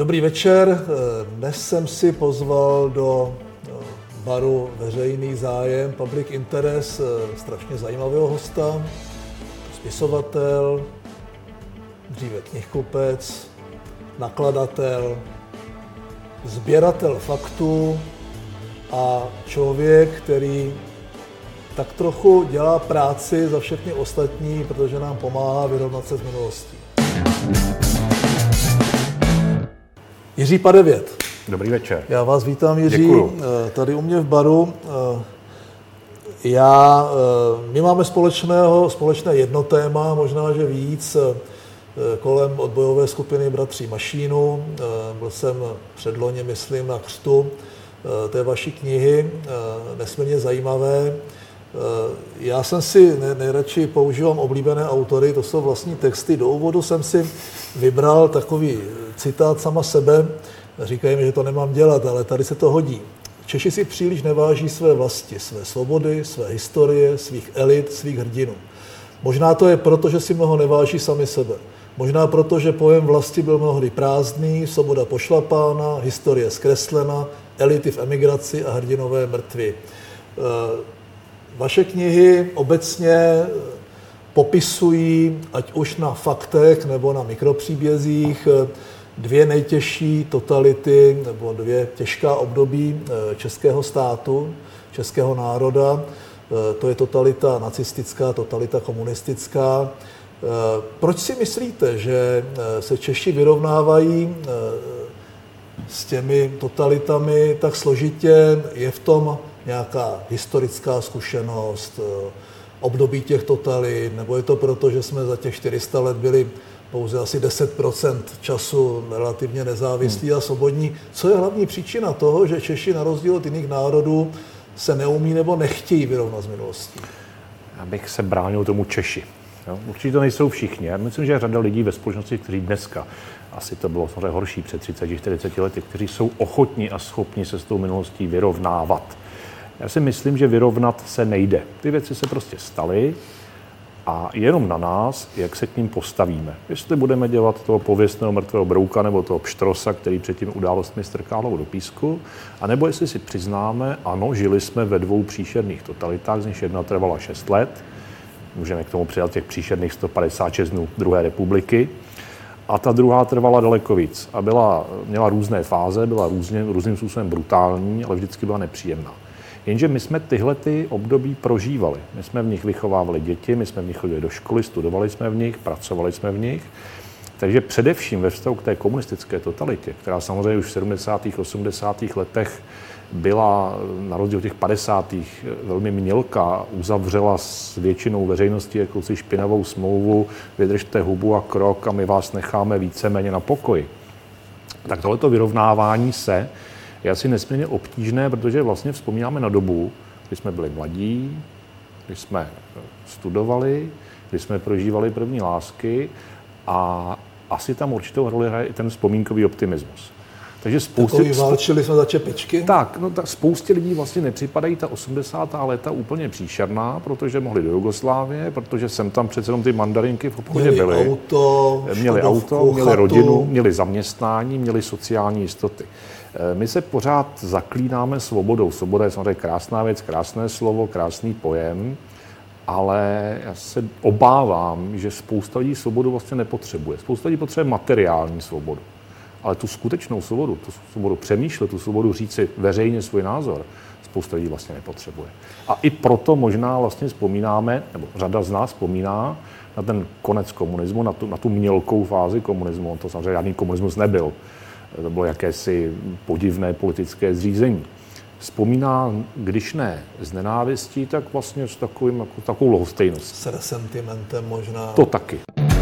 Dobrý večer. Dnes jsem si pozval do baru Veřejný zájem, Public Interest, strašně zajímavého hosta, spisovatel, dříve knihkupec, nakladatel, sběratel faktů a člověk, který tak trochu dělá práci za všechny ostatní, protože nám pomáhá vyrovnat se s minulostí. Jiří Padevět. Dobrý večer. Já vás vítám, Jiří. Děkuju. Tady u mě v baru. My máme společné jedno téma, možná, že víc, kolem odbojové skupiny Bratří Mašínu. Byl jsem předloni, myslím, na křtu té vaší knihy, nesmírně zajímavé. Já jsem si nejradši používám oblíbené autory, to jsou vlastní texty. Do úvodu jsem si vybral takový citát sama sebe. Říkají mi, že to nemám dělat, ale tady se to hodí. Češi si příliš neváží své vlasti, své svobody, své historie, svých elit, svých hrdinů. Možná to je proto, že si mnoho neváží sami sebe. Možná proto, že pojem vlasti byl mnohdy prázdný, svoboda pošlapána, historie zkreslena, elity v emigraci a hrdinové mrtví. Vaše knihy obecně popisují, ať už na faktech nebo na mikropříbězích, dvě nejtěžší totality nebo dvě těžká období českého státu, českého národa. To je totalita nacistická, totalita komunistická. Proč si myslíte, že se Češi vyrovnávají s těmi totalitami tak složitě? Je v tom nějaká historická zkušenost, období těch totalit, nebo je to proto, že jsme za těch 400 let byli pouze asi 10% času relativně nezávislí a svobodní? Co je hlavní příčina toho, že Češi na rozdíl od jiných národů se neumí nebo nechtějí vyrovnat s minulostí? Já bych se bránil tomu Češi. Jo? Určitě to nejsou všichni. Já myslím, že je řada lidí ve společnosti, kteří dneska, asi to bylo samozřejmě horší před 30-40 lety, kteří jsou ochotní a schopni se s tou minulostí vyrovnávat. Já si myslím, že vyrovnat se nejde. Ty věci se prostě staly a jenom na nás, jak se k ním postavíme. Jestli budeme dělat toho pověstného mrtvého brouka nebo toho pštrosa, který před tím událostmi strká hlavu do písku, anebo jestli si přiznáme, ano, žili jsme ve dvou příšerných totalitách, z nich jedna trvala 6 let, můžeme k tomu přidat těch příšerných 156 dnů druhé republiky, a ta druhá trvala daleko víc a měla různé fáze, byla různým způsobem brutální, ale vždycky byla nepříjemná. Jenže my jsme tyhle období prožívali. My jsme v nich vychovávali děti, my jsme v nich chodili do školy, studovali jsme v nich, pracovali jsme v nich. Takže především ve vztahu k té komunistické totalitě, která samozřejmě už v 70. 80. letech byla na rozdíl od těch 50. velmi mělká, uzavřela s většinou veřejnosti jakousi špinavou smlouvu, vydržte hubu a krok a my vás necháme víceméně na pokoji. Tak tohleto vyrovnávání se je asi nesmírně obtížné, protože vlastně vzpomínáme na dobu, kdy jsme byli mladí, kdy jsme studovali, kdy jsme prožívali první lásky a asi tam určitou roli hraje i ten vzpomínkový optimismus. Takže válčili jsme za čepičky? Tak, spoustě lidí vlastně nepřipadají ta 80. léta úplně příšerná, protože mohli do Jugoslávie, protože sem tam přece jenom ty mandarinky v obchodě byly. Měli auto, měli rodinu, měli zaměstnání, měli sociální jistoty. My se pořád zaklínáme svobodou. Svoboda je samozřejmě krásná věc, krásné slovo, krásný pojem, ale já se obávám, že spousta lidí svobodu vlastně nepotřebuje. Spousta lidí potřebuje materiální svobodu. Ale tu skutečnou svobodu, tu svobodu přemýšlet, tu svobodu říct si veřejně svůj názor, spousta lidí vlastně nepotřebuje. A i proto možná vlastně vzpomínáme, nebo řada z nás vzpomíná na ten konec komunismu, na tu mělkou fázi komunismu. To samozřejmě žádný komunismus nebyl. To bylo jakési podivné politické zřízení. Vzpomíná, když ne z nenávistí, tak vlastně s takovou lhostejností. S resentimentem možná. To taky.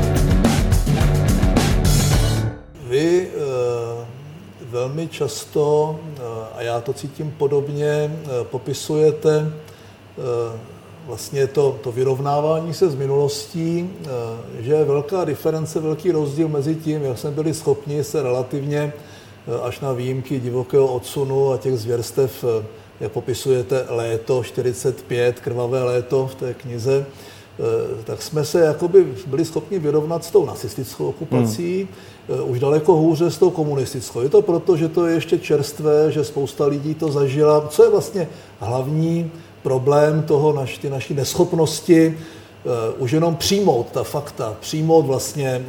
Vy velmi často, a já to cítím podobně, popisujete vlastně to vyrovnávání se s minulostí, že je velká diference, velký rozdíl mezi tím, jak jsme byli schopni se relativně až na výjimky divokého odsunu a těch zvěrstev, jak popisujete léto 45, krvavé léto v té knize, tak jsme se jakoby byli schopni vyrovnat s tou nacistickou okupací, už daleko hůře s tou komunistickou. Je to proto, že to je ještě čerstvé, že spousta lidí to zažila. Co je vlastně hlavní problém toho naší neschopnosti už jenom přijmout ta fakta, přijmout vlastně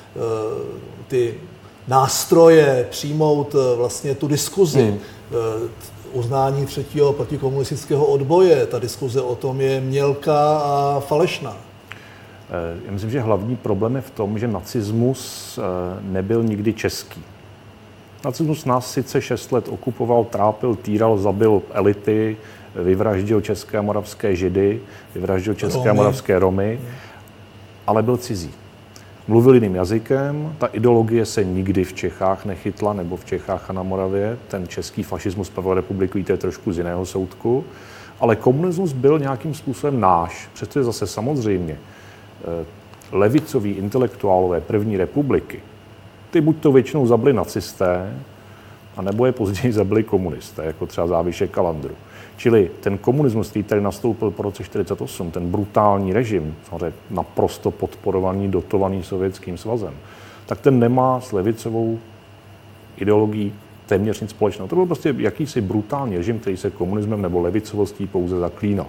ty nástroje, přijmout vlastně tu diskuzi, uznání třetího protikomunistického odboje. Ta diskuze o tom je mělká a falešná. Já myslím, že hlavní problém je v tom, že nacismus nebyl nikdy český. Nacismus nás sice 6 let okupoval, trápil, týral, zabil elity, vyvraždil české a moravské Židy, vyvraždil české a moravské Romy, ale byl cizí. Mluvil jiným jazykem, ta ideologie se nikdy v Čechách nechytla, nebo v Čechách a na Moravě. Ten český fašismus První republiky, to je trošku z jiného soudku. Ale komunismus byl nějakým způsobem náš. Přesto je zase samozřejmě levicoví intelektuálové První republiky, ty buď to většinou zabili nacisté, anebo je později zabili komunisté, jako třeba Závišek Kalandru. Čili ten komunismus, který tady nastoupil po roce 1948, ten brutální režim, samozřejmě naprosto podporovaný, dotovaný Sovětským svazem, tak ten nemá s levicovou ideologií téměř nic společného. To byl prostě jakýsi brutální režim, který se komunismem nebo levicovostí pouze zaklínal.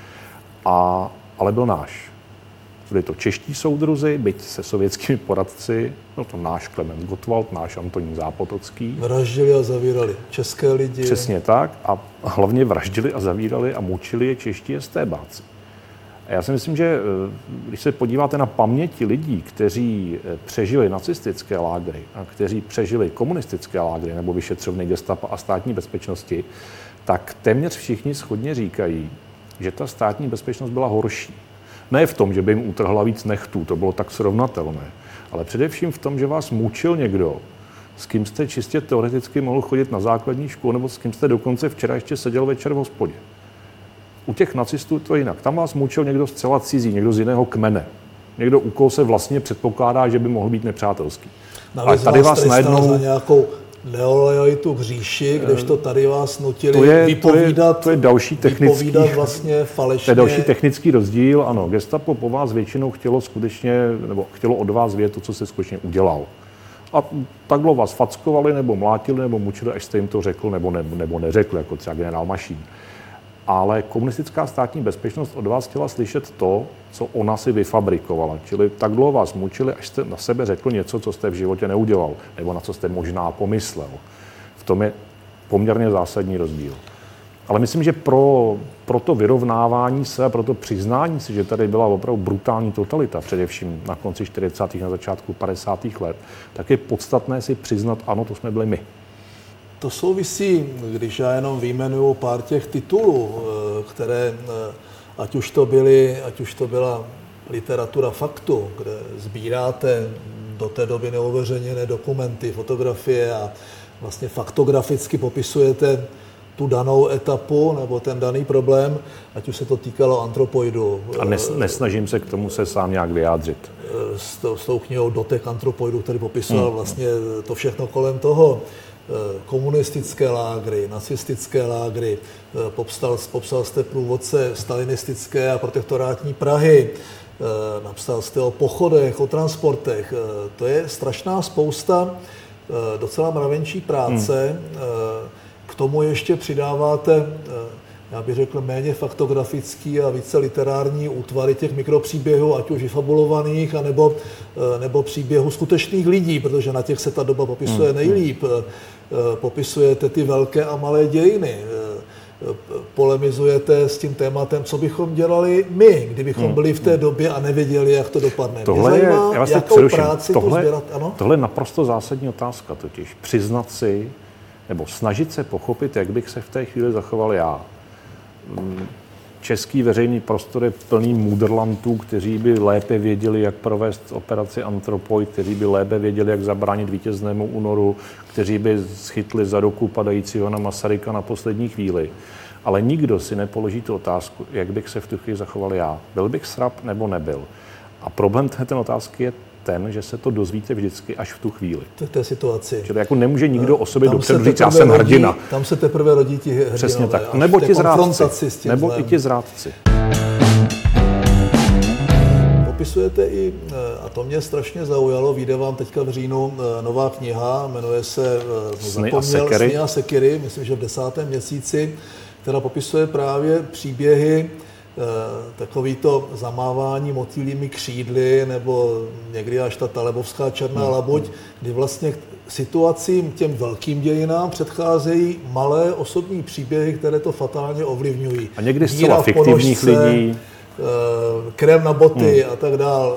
Ale byl náš. Byli to čeští soudruzi, byť se sovětskými poradci, no to náš Klement Gottwald, náš Antonín Zápotocký. Vraždili a zavírali české lidi. Přesně tak a hlavně vraždili a zavírali a mučili je čeští estébáci. A já si myslím, že když se podíváte na paměti lidí, kteří přežili nacistické lágry a kteří přežili komunistické lágry nebo vyšetřovny gestapa a státní bezpečnosti, tak téměř všichni shodně říkají, že ta státní bezpečnost byla horší. Ne v tom, že by jim utrhla víc nechtů, to bylo tak srovnatelné, ale především v tom, že vás mučil někdo, s kým jste čistě teoreticky mohl chodit na základní školu, nebo s kým jste dokonce včera ještě seděl večer v hospodě. U těch nacistů to jinak. Tam vás mučil někdo zcela cizí, někdo z jiného kmene. Někdo, u koho se vlastně předpokládá, že by mohl být nepřátelský. Ale tady vás najednou za nějakou neolojalitu k říši, kdežto tady vás nutili vypovídat, to je další technický, vlastně falešně. To je další technický rozdíl. Ano, gestapo po vás většinou chtělo od vás vědět to, co jste skutečně udělal. A takhle vás fackovali, nebo mlátili, nebo mučili, až jste jim to řekl, nebo neřekl, jako třeba generál Mašín. Ale komunistická státní bezpečnost od vás chtěla slyšet to, co ona si vyfabrikovala. Čili tak dlouho vás mučili, až jste na sebe řekl něco, co jste v životě neudělal, nebo na co jste možná pomyslel. V tom je poměrně zásadní rozdíl. Ale myslím, že pro to vyrovnávání se a pro to přiznání si, že tady byla opravdu brutální totalita, především na konci 40. na začátku 50. let, tak je podstatné si přiznat, ano, to jsme byli my. To souvisí, když já jenom vyjmenuju pár těch titulů, které, ať už to byla literatura faktu, kde sbíráte do té doby neuveřejněné dokumenty, fotografie a vlastně faktograficky popisujete tu danou etapu nebo ten daný problém, ať už se to týkalo antropoidu. A nesnažím se k tomu se sám nějak vyjádřit. S tou knihou Dotek antropoidu, který popisoval vlastně to všechno kolem toho. Komunistické lágry, nacistické lágry, popsal jste průvodce stalinistické a protektorátní Prahy, napsal jste o pochodech, o transportech. To je strašná spousta docela mravenčí práce. K tomu ještě přidáváte, já bych řekl, méně faktografický a více literární útvary těch mikropříběhů, ať už vyfabulovaných, nebo příběhů skutečných lidí, protože na těch se ta doba popisuje nejlíp. Popisujete ty velké a malé dějiny. Polemizujete s tím tématem, co bychom dělali my, kdybychom byli v té době a nevěděli, jak to dopadne. Tohle je, já vás práci tohle je naprosto zásadní otázka totiž. Přiznat si, nebo snažit se pochopit, jak bych se v té chvíli zachoval já. Český veřejný prostor je plný mudrlantů, kteří by lépe věděli, jak provést operaci Antropoid, kteří by lépe věděli, jak zabránit vítěznému únoru, kteří by schytli za ruku padajícího na Masaryka na poslední chvíli. Ale nikdo si nepoloží tu otázku, jak bych se v tu chvíli zachoval já. Byl bych srab nebo nebyl? A problém té otázky je ten, že se to dozvíte vždycky až v tu chvíli. V té situaci. Čili jako nemůže nikdo o sobě dopředu říct, já jsem hrdina. Tam se teprve rodí ti hrdinové. Přesně tak. Nebo ti zrádci. Nebo i ti zrádci. popisujete i, a to mě strašně zaujalo, vyjde vám teďka v říjnu nová kniha, jmenuje se Sny a sekery, myslím, že v 10. měsíci, která popisuje právě příběhy, takovýto zamávání motýlími křídly, nebo někdy až ta talebovská černá labuť, kdy vlastně situacím, těm velkým dějinám předcházejí malé osobní příběhy, které to fatálně ovlivňují. A někdy zcela fiktivních lidí. Krém na boty a tak dál.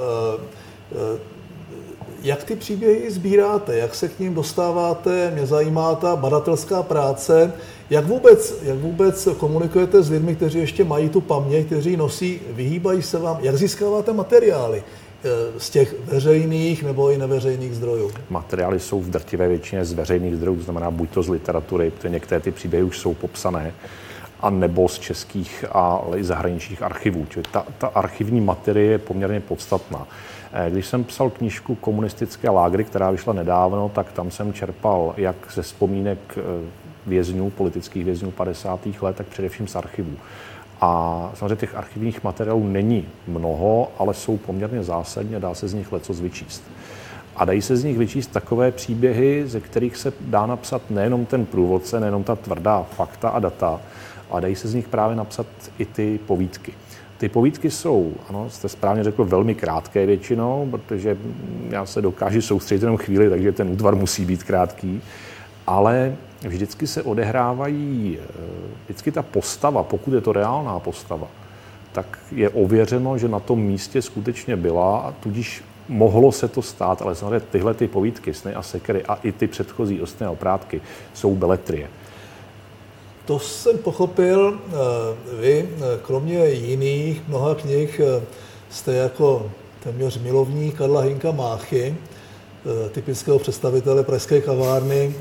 Jak ty příběhy sbíráte? Jak se k ním dostáváte? Mě zajímá ta badatelská práce. Jak vůbec komunikujete s lidmi, kteří ještě mají tu paměť, kteří nosí, vyhýbají se vám? Jak získáváte materiály z těch veřejných nebo i neveřejných zdrojů? Materiály jsou v drtivé většině z veřejných zdrojů, to znamená buď to z literatury, protože některé ty příběhy už jsou popsané, a nebo z českých a i zahraničních archivů. Čili ta archivní materie je poměrně podstatná. Když jsem psal knížku Komunistické lágry, která vyšla nedávno, tak tam jsem čerpal jak ze vzpomínek vězňů, politických vězňů 50. let, tak především z archivů. A samozřejmě těch archivních materiálů není mnoho, ale jsou poměrně zásadní a dá se z nich lecos vyčíst. A dají se z nich vyčíst takové příběhy, ze kterých se dá napsat nejenom ten průvodce, nejenom ta tvrdá fakta a data, ale dají se z nich právě napsat i ty povídky. Ty povídky jsou, ano, jste správně řekl, velmi krátké většinou, protože já se dokážu soustředit jenom chvíli, takže ten útvar musí být krátký, ale vždycky se odehrávají, vždycky ta postava, pokud je to reálná postava, tak je ověřeno, že na tom místě skutečně byla, a tudíž mohlo se to stát, ale samozřejmě tyhle ty povídky, Sny a sekery a i ty předchozí Ostny a oprátky jsou beletrie. To jsem pochopil. Vy, kromě jiných mnoha knih, jste jako téměř milovník Karla Hynka Máchy, typického představitele pražské kavárny,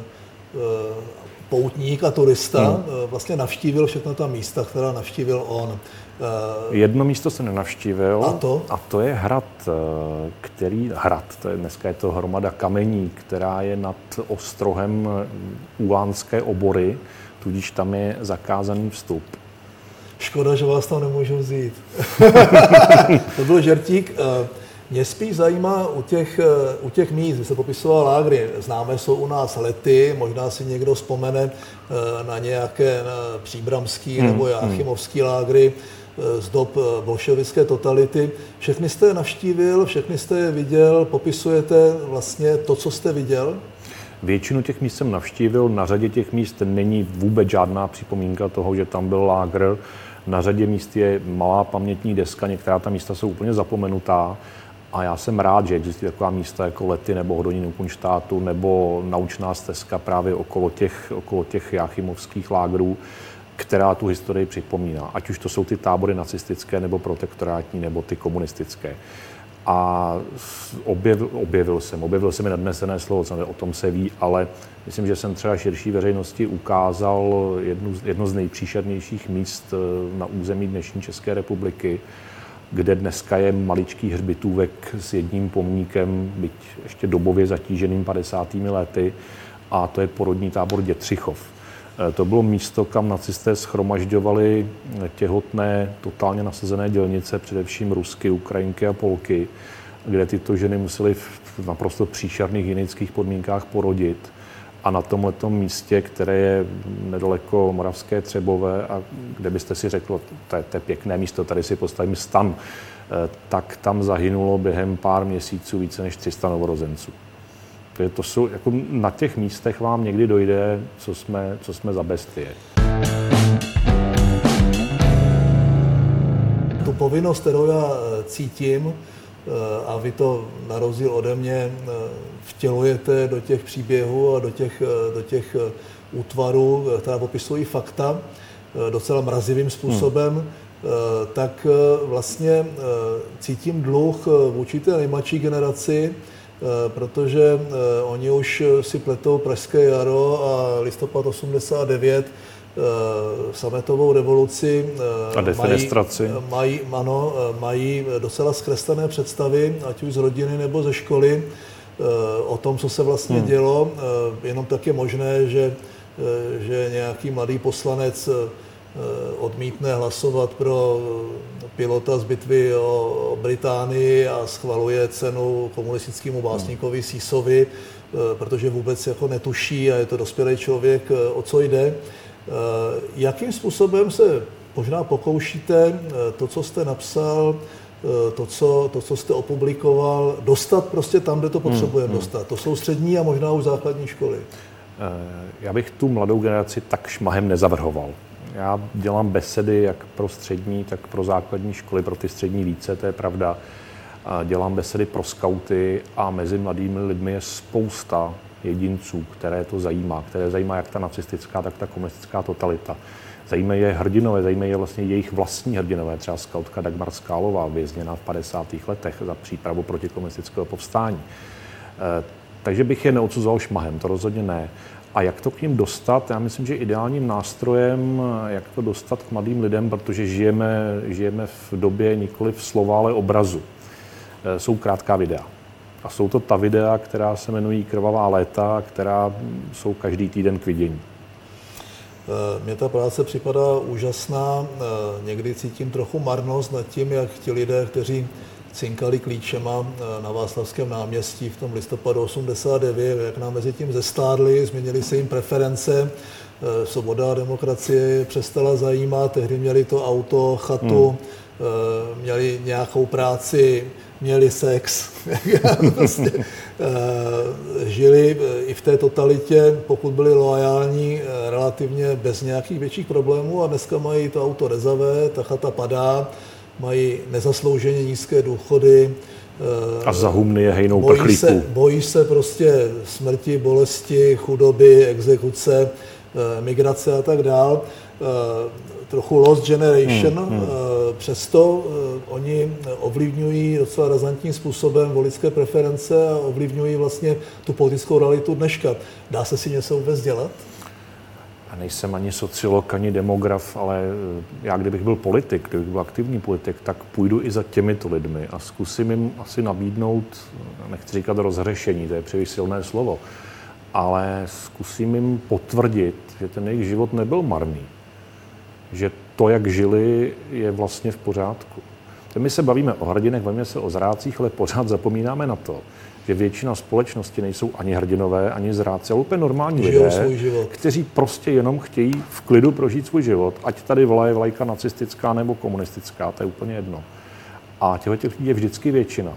poutník a turista, vlastně navštívil všechna ta místa, která navštívil on. Jedno místo se nenavštívil. A to je hrad, dneska je to hromada kamení, která je nad ostrohem Ulánské Obory, tudíž tam je zakázaný vstup. Škoda, že vás tam nemůžu vzít. To byl žertík. Mě spíš zajímá u těch míst, kdy se popisoval lágry. Známé jsou u nás Lety, možná si někdo vzpomene na nějaké příbramský nebo jáchymovský lágry z dob bolševické totality. Všechny jste je navštívil, všechny jste je viděl, popisujete vlastně to, co jste viděl? Většinu těch míst jsem navštívil, na řadě těch míst není vůbec žádná připomínka toho, že tam byl lágr. Na řadě míst je malá pamětní deska, některá ta místa jsou úplně zapomenutá. A já jsem rád, že existují taková místa jako Lety nebo Hodonín u Kunštátu nebo naučná stezka právě okolo těch jáchymovských lágrů, která tu historii připomíná. Ať už to jsou ty tábory nacistické nebo protektorátní nebo ty komunistické. A objevil jsem i nadnesené slovo, o tom se ví, ale myslím, že jsem třeba širší veřejnosti ukázal jedno z nejpříšernějších míst na území dnešní České republiky, kde dneska je maličký hřbitůvek s jedním pomníkem, byť ještě dobově zatíženým 50. lety, a to je porodní tábor Dětřichov. To bylo místo, kam nacisté shromažďovali těhotné, totálně nasazené dělnice, především Rusky, Ukrajinky a Polky, kde tyto ženy musely v naprosto příšerných hygienických podmínkách porodit. A na tomhletom místě, které je nedaleko Moravské Třebové a kde byste si řekl, to je pěkné místo, tady si postavím stan, tak tam zahynulo během pár měsíců více než 300 novorozenců. To jsou, jako na těch místech vám někdy dojde, co jsme za bestie. Tu povinnost, kterou já cítím, a vy to na rozdíl ode mě vtělujete do těch příběhů a do těch útvarů, která popisují fakta docela mrazivým způsobem, tak vlastně cítím dluh vůči té nejmladší generaci, protože oni už si pletou Pražské jaro a listopad 89, sametovou revoluci a defenestraci. Mají docela zkreslené představy, ať už z rodiny nebo ze školy, o tom, co se vlastně dělo. Jenom tak je možné, že nějaký mladý poslanec odmítne hlasovat pro pilota z bitvy o Británii a schvaluje cenu komunistickému básníkovi Sísovi, protože vůbec jako netuší a je to dospělý člověk, o co jde. Jakým způsobem se možná pokoušíte to, co jste napsal, to, co jste opublikoval, dostat prostě tam, kde to potřebujeme dostat? To jsou střední a možná už základní školy. Já bych tu mladou generaci tak šmahem nezavrhoval. Já dělám besedy jak pro střední, tak pro základní školy, pro ty střední více, to je pravda. Dělám besedy pro skauty a mezi mladými lidmi je spousta jedinců, které to zajímá, které zajímá jak ta nacistická, tak ta komunistická totalita. Zajímají je hrdinové, zajímají je vlastně jejich vlastní hrdinové, třeba skautka Dagmar Skálová, vězněná v 50. letech za přípravu protikomunistického povstání. Takže bych je neodsuzoval šmahem, to rozhodně ne. A jak to k ním dostat? Já myslím, že ideálním nástrojem, jak to dostat k mladým lidem, protože žijeme v době nikoli v slova, ale obrazu. Jsou krátká videa. A jsou to ta videa, která se jmenují Krvavá léta, která jsou každý týden k vidění. Mně ta práce připadá úžasná. Někdy cítím trochu marnost nad tím, jak ti lidé, kteří cinkali klíčema na Václavském náměstí v tom listopadu 89, jak nám mezi tím zestárli, změnily se jim preference, svoboda a demokracie přestala zajímat, tehdy měli to auto, chatu, měli nějakou práci, měli sex, prostě, žili i v té totalitě, pokud byli loajální, relativně bez nějakých větších problémů a dneska mají to auto rezavé, ta chata padá, mají nezaslouženě nízké důchody. A za humny je hejnou prchlíků. Bojí se prostě smrti, bolesti, chudoby, exekuce, migrace a tak dál. Trochu lost generation, přesto oni ovlivňují docela razantním způsobem voličské preference a ovlivňují vlastně tu politickou realitu dneška. Dá se si něco vůbec dělat? Já nejsem ani sociolog, ani demograf, ale já kdybych byl politik, kdybych byl aktivní politik, tak půjdu i za těmito lidmi a zkusím jim asi nabídnout, nechci říkat rozhřešení, to je příliš silné slovo, ale zkusím jim potvrdit, že ten jejich život nebyl marný. Že to, jak žili, je vlastně v pořádku. My se bavíme o hrdinech, bavíme se o zrádcích, ale pořád zapomínáme na to, že většina společnosti nejsou ani hrdinové, ani zrádci, ale úplně normální lidé, kteří prostě jenom chtějí v klidu prožít svůj život, ať tady vlaje vlajka nacistická nebo komunistická, to je úplně jedno. A těch lidí je vždycky většina.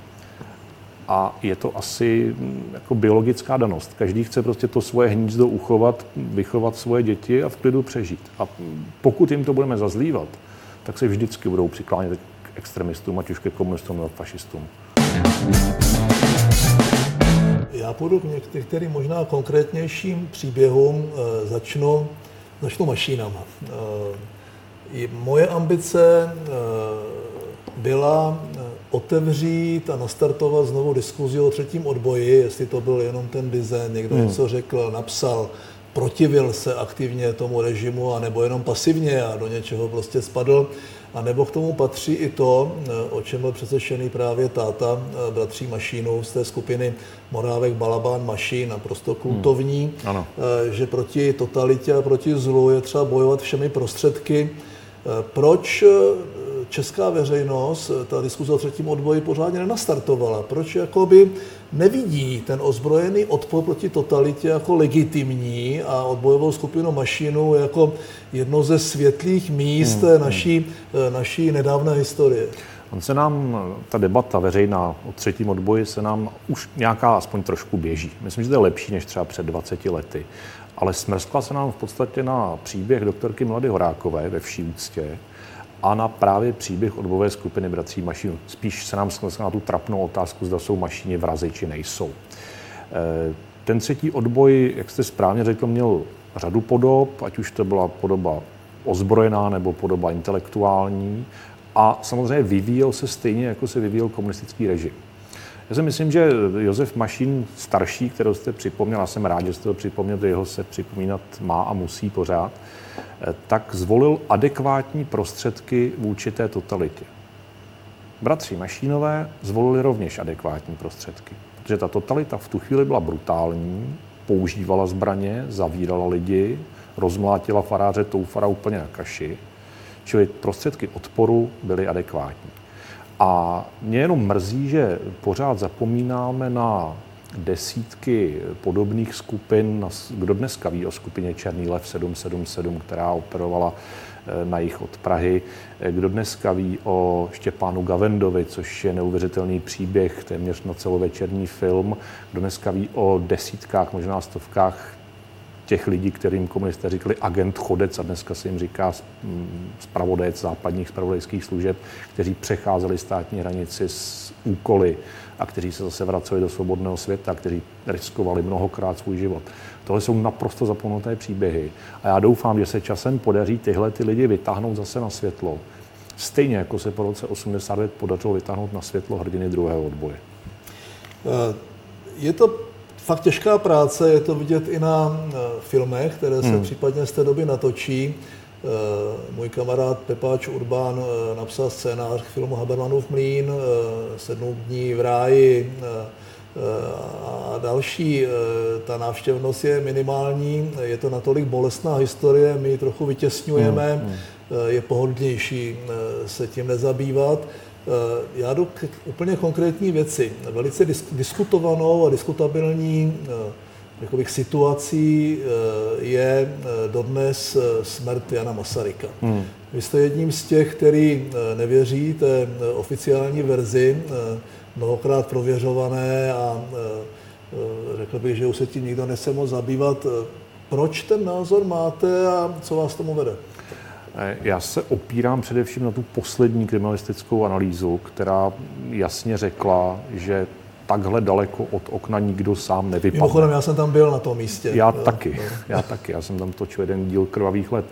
A je to asi jako biologická danost. Každý chce prostě to svoje hnízdo uchovat, vychovat svoje děti a v klidu přežít. A pokud jim to budeme zazlívat, tak se vždycky budou přiklánět k extremistům, ať už ke komunistům nebo fašistům. Já půjdu k některým možná konkrétnějším příběhům, začnu Mašínama. Moje ambice byla otevřít a nastartovat znovu diskuzi o třetím odboji, jestli to byl jenom ten design, někdo něco řekl, napsal, protivil se aktivně tomu režimu, anebo jenom pasivně a do něčeho prostě spadl. A nebo k tomu patří i to, o čem byl přesvědčený právě táta bratří Mašínů z té skupiny Morávek, Balabán, Mašín, naprosto kultovní, že proti totalitě a proti zlu je třeba bojovat všemi prostředky. Proč česká veřejnost ta diskuze o třetím odboji pořádně nenastartovala? Proč jakoby nevidí ten ozbrojený odpor proti totalitě jako legitimní a odbojovou skupinu Mašínů jako jedno ze světlých míst naší nedávné historie? On se nám, ta debata veřejná o třetím odboji se nám už nějaká aspoň trošku běží. Myslím, že to je lepší než třeba před 20 lety. Ale smrskla se nám v podstatě na příběh doktorky Milady Horákové ve vší úctě a na právě příběh odbojové skupiny bratří Mašínů. Spíš se nám smrskla na tu trapnou otázku, zda jsou Mašíni vrazi, či nejsou. Ten třetí odboj, jak jste správně řekl, měl řadu podob, ať už to byla podoba ozbrojená nebo podoba intelektuální a samozřejmě vyvíjel se stejně, jako se vyvíjel komunistický režim. Já si myslím, že Josef Mašín starší, kterou jste připomněl, já jsem rád, že jste to připomněl, že jeho se připomínat má a musí pořád, tak zvolil adekvátní prostředky vůči té totalitě. Bratři Mašínové zvolili rovněž adekvátní prostředky, protože ta totalita v tu chvíli byla brutální, používala zbraně, zavírala lidi, rozmlátila faráře Toufara úplně na kaši, čili prostředky odporu byly adekvátní. A mě jenom mrzí, že pořád zapomínáme na desítky podobných skupin. Kdo dneska ví o skupině Černý lev 777, která operovala na jih od Prahy? Kdo dneska ví o Štěpánu Gavendovi, což je neuvěřitelný příběh, téměř na celovečerní film? Kdo dneska ví o desítkách, možná stovkách těch lidí, kterým komunisté říkali agent chodec a dneska se jim říká zpravodajec západních zpravodajských služeb, kteří přecházeli státní hranici s úkoly a kteří se zase vraceli do svobodného světa, kteří riskovali mnohokrát svůj život. Tohle jsou naprosto zapomenuté příběhy a já doufám, že se časem podaří tyhle ty lidi vytáhnout zase na světlo. Stejně jako se po roce 89 podařilo vytáhnout na světlo hrdiny druhého odboje. Je to fakt těžká práce, je to vidět i na filmech, které se případně z té doby natočí. Můj kamarád Pepáč Urbán napsal scénář k filmu Habermanův mlýn, 7 dní v ráji a další. Ta návštěvnost je minimální, je to natolik bolestná historie, my ji trochu vytěsňujeme, je pohodlnější se tím nezabývat. Já jdu k úplně konkrétní věci. Velice diskutovanou a diskutabilní situací je dodnes smrt Jana Masaryka. Vy jste jedním z těch, který nevěří té oficiální verzi, mnohokrát prověřované a řekl bych, že už se tím nikdo nechce moc zabývat. Proč ten názor máte a co vás tomu vede? Já se opírám především na tu poslední kriminalistickou analýzu, která jasně řekla, že takhle daleko od okna nikdo sám nevypadne. Mimochodem, já jsem tam byl na tom místě. Já taky. Já jsem tam točil jeden díl Krvavých let.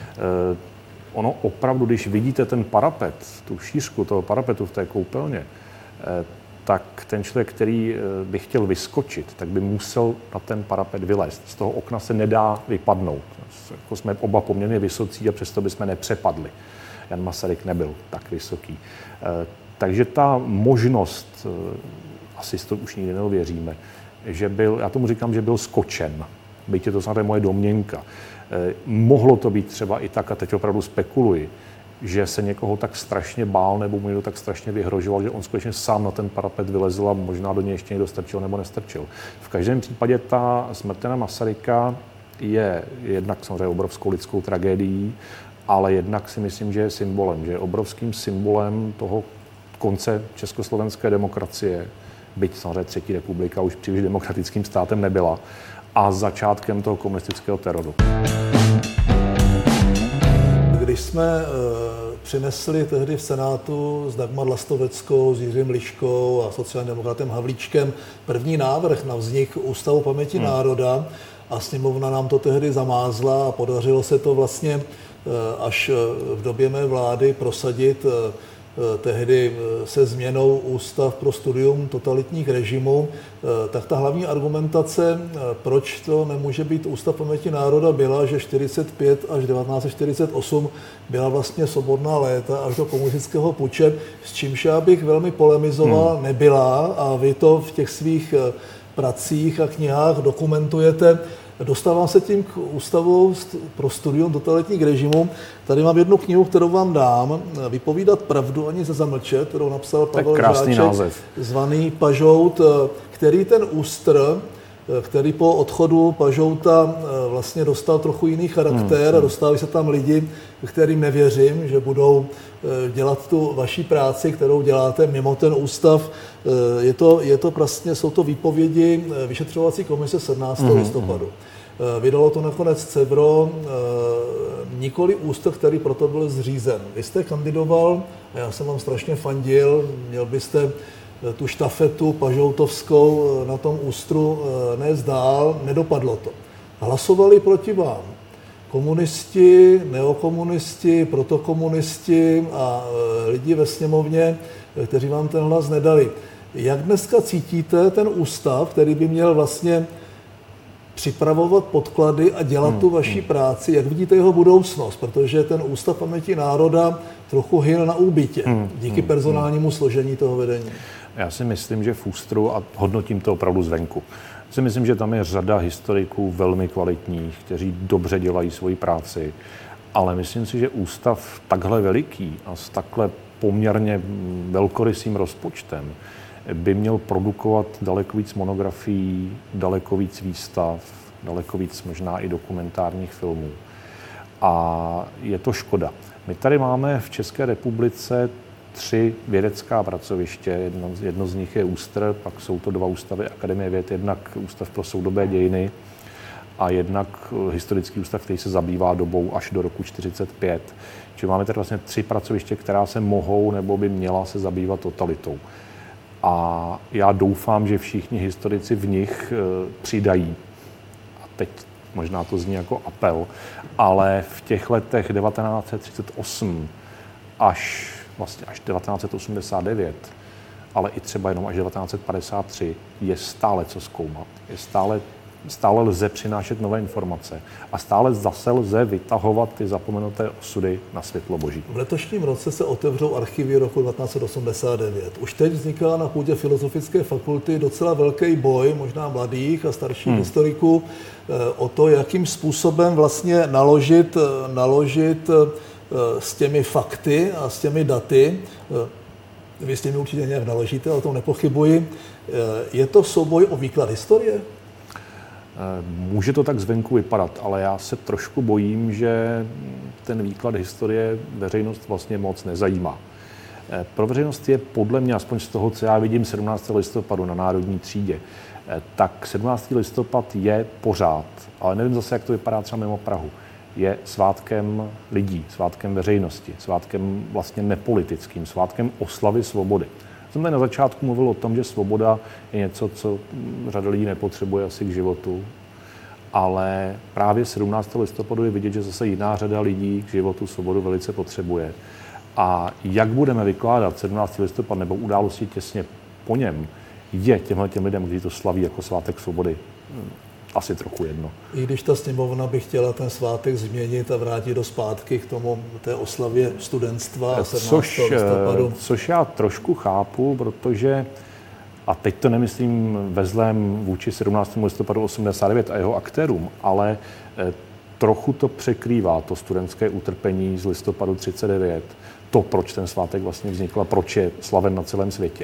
Ono opravdu, když vidíte ten parapet, tu šířku toho parapetu v té koupelně, tak ten člověk, který by chtěl vyskočit, tak by musel na ten parapet vylézt. Z toho okna se nedá vypadnout. Jako jsme oba poměrně vysocí a přesto bychom nepřepadli. Jan Masaryk nebyl tak vysoký. Takže ta možnost, asi to už nikdy neuvěříme, že byl, já tomu říkám, že byl skočen. Byť je to samozřejmě moje domněnka. Mohlo to být třeba i tak, a teď opravdu spekuluji, že se někoho tak strašně bál nebo mu někdo tak strašně vyhrožoval, že on skutečně sám na ten parapet vylezl a možná do něj ještě někdo strčil nebo nestrčil. V každém případě ta smrt Jana Masaryka je jednak samozřejmě obrovskou lidskou tragédií, ale jednak si myslím, že je symbolem, že je obrovským symbolem toho konce československé demokracie, byť samozřejmě Třetí republika už příliš demokratickým státem nebyla, a začátkem toho komunistického teroru. Když jsme přinesli tehdy v Senátu s Dagmar Lastoveckou, s Jiřím Liškou a sociálním demokratem Havlíčkem první návrh na vznik Ústavu paměti národa a sněmovna nám to tehdy zamázla a podařilo se to vlastně až v době mé vlády prosadit tehdy se změnou Ústav pro studium totalitních režimů, tak ta hlavní argumentace, proč to nemůže být Ústav paměti národa, byla, že 45 až 1948 byla vlastně svobodná léta až do komunistického puče, s čímž já bych velmi polemizoval, nebyla, a vy to v těch svých pracích a knihách dokumentujete. Dostávám se tím k Ústavu pro studium totalitních režimů. Tady mám jednu knihu, kterou vám dám, Vypovídat pravdu ani zamlčet, kterou napsal Pavel Žáček, zvaný Pažout, který ten ústr, který po odchodu Pažouta vlastně dostal trochu jiný charakter a dostali se tam lidi, kterým nevěřím, že budou dělat tu vaši práci, kterou děláte mimo ten ústav. Je to vlastně, jsou to výpovědi vyšetřovací komise 17. listopadu. Vydalo to nakonec CEVRO, nikoli ústav, který proto byl zřízen. Vy jste kandidoval a já jsem vám strašně fandil, měl byste tu štafetu pažoutovskou na tom ústru nést dál, nedopadlo to. Hlasovali proti vám komunisti, neokomunisti, protokomunisti a lidi ve sněmovně, kteří vám ten hlas nedali. Jak dneska cítíte ten ústav, který by měl vlastně připravovat podklady a dělat tu vaši práci? Jak vidíte jeho budoucnost? Protože ten Ústav paměti národa trochu hyl na úbytě díky personálnímu složení toho vedení. Já si myslím, že v ústru, a hodnotím to opravdu zvenku, si myslím, že tam je řada historiků velmi kvalitních, kteří dobře dělají svoji práci, ale myslím si, že ústav takhle veliký a s takhle poměrně velkorysým rozpočtem by měl produkovat daleko víc monografií, daleko víc výstav, daleko víc možná i dokumentárních filmů. A je to škoda. My tady máme v České republice 3 vědecká pracoviště, jedno z nich je ÚSTR, pak jsou to 2 ústavy Akademie věd, jednak Ústav pro soudobé dějiny a jednak Historický ústav, který se zabývá dobou až do roku 1945. Čili máme tady vlastně 3 pracoviště, která se mohou nebo by měla se zabývat totalitou. A já doufám, že všichni historici v nich přidají. A teď možná to zní jako apel, ale v těch letech 1938 až 1989, ale i třeba jenom až 1953 je stále co zkoumat. Stále lze přinášet nové informace a stále zase lze vytahovat ty zapomenuté osudy na světlo boží. V letošním roce se otevřou archivy roku 1989. Už teď vzniká na půdě Filozofické fakulty docela velký boj, možná mladých a starších historiků, o to, jakým způsobem vlastně naložit s těmi fakty a s těmi daty. Vy s těmi určitě nějak naložíte, o tom nepochybuji. Je to souboj o výklad historie? Může to tak zvenku vypadat, ale já se trošku bojím, že ten výklad historie veřejnost vlastně moc nezajímá. Pro veřejnost je podle mě, aspoň z toho, co já vidím 17. listopadu na Národní třídě, tak 17. listopad je pořád, ale nevím zase, jak to vypadá třeba mimo Prahu, je svátkem lidí, svátkem veřejnosti, svátkem vlastně nepolitickým, svátkem oslavy svobody. Jsem tady na začátku mluvil o tom, že svoboda je něco, co řada lidí nepotřebuje asi k životu, ale právě 17. listopadu je vidět, že zase jiná řada lidí k životu svobodu velice potřebuje. A jak budeme vykládat 17. listopad nebo události těsně po něm, je těmhletěm lidem, kteří to slaví jako svátek svobody, asi trochu jedno. I když ta sněmovna by chtěla ten svátek změnit a vrátit do zpátky k tomu té oslavě studentstva a 17. listopadu. Což já trošku chápu, protože, a teď to nemyslím ve zlém vůči 17. listopadu 89 a jeho aktérům, ale trochu to překrývá to studentské utrpení z listopadu 39, to, proč ten svátek vlastně vznikl a proč je slaven na celém světě.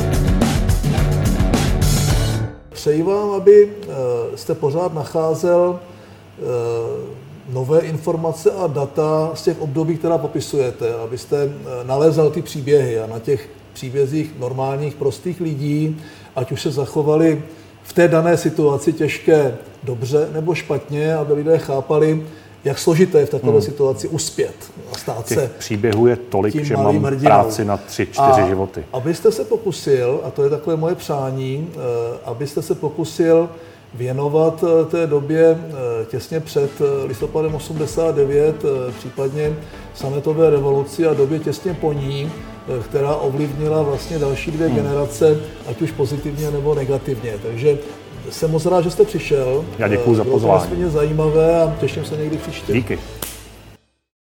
Přeji vám, aby jste pořád nacházel nové informace a data z těch období, která popisujete, abyste nalézal ty příběhy a na těch příbězích normálních, prostých lidí, ať už se zachovali v té dané situaci těžké dobře nebo špatně, aby lidé chápali, jak složité je v takové situaci uspět a stát se. Těch příběhů je tolik, že mám práci na 3-4 životy. Abyste se pokusil, a to je takové moje přání, abyste se pokusil věnovat té době těsně před listopadem 89, případně sametové revoluci a době těsně po ní, která ovlivnila vlastně další 2 generace, ať už pozitivně nebo negativně. Takže jsem moc rád, že jste přišel. Já děkuju za pozvání. Bylo to zajímavé a těším se někdy příště. Díky.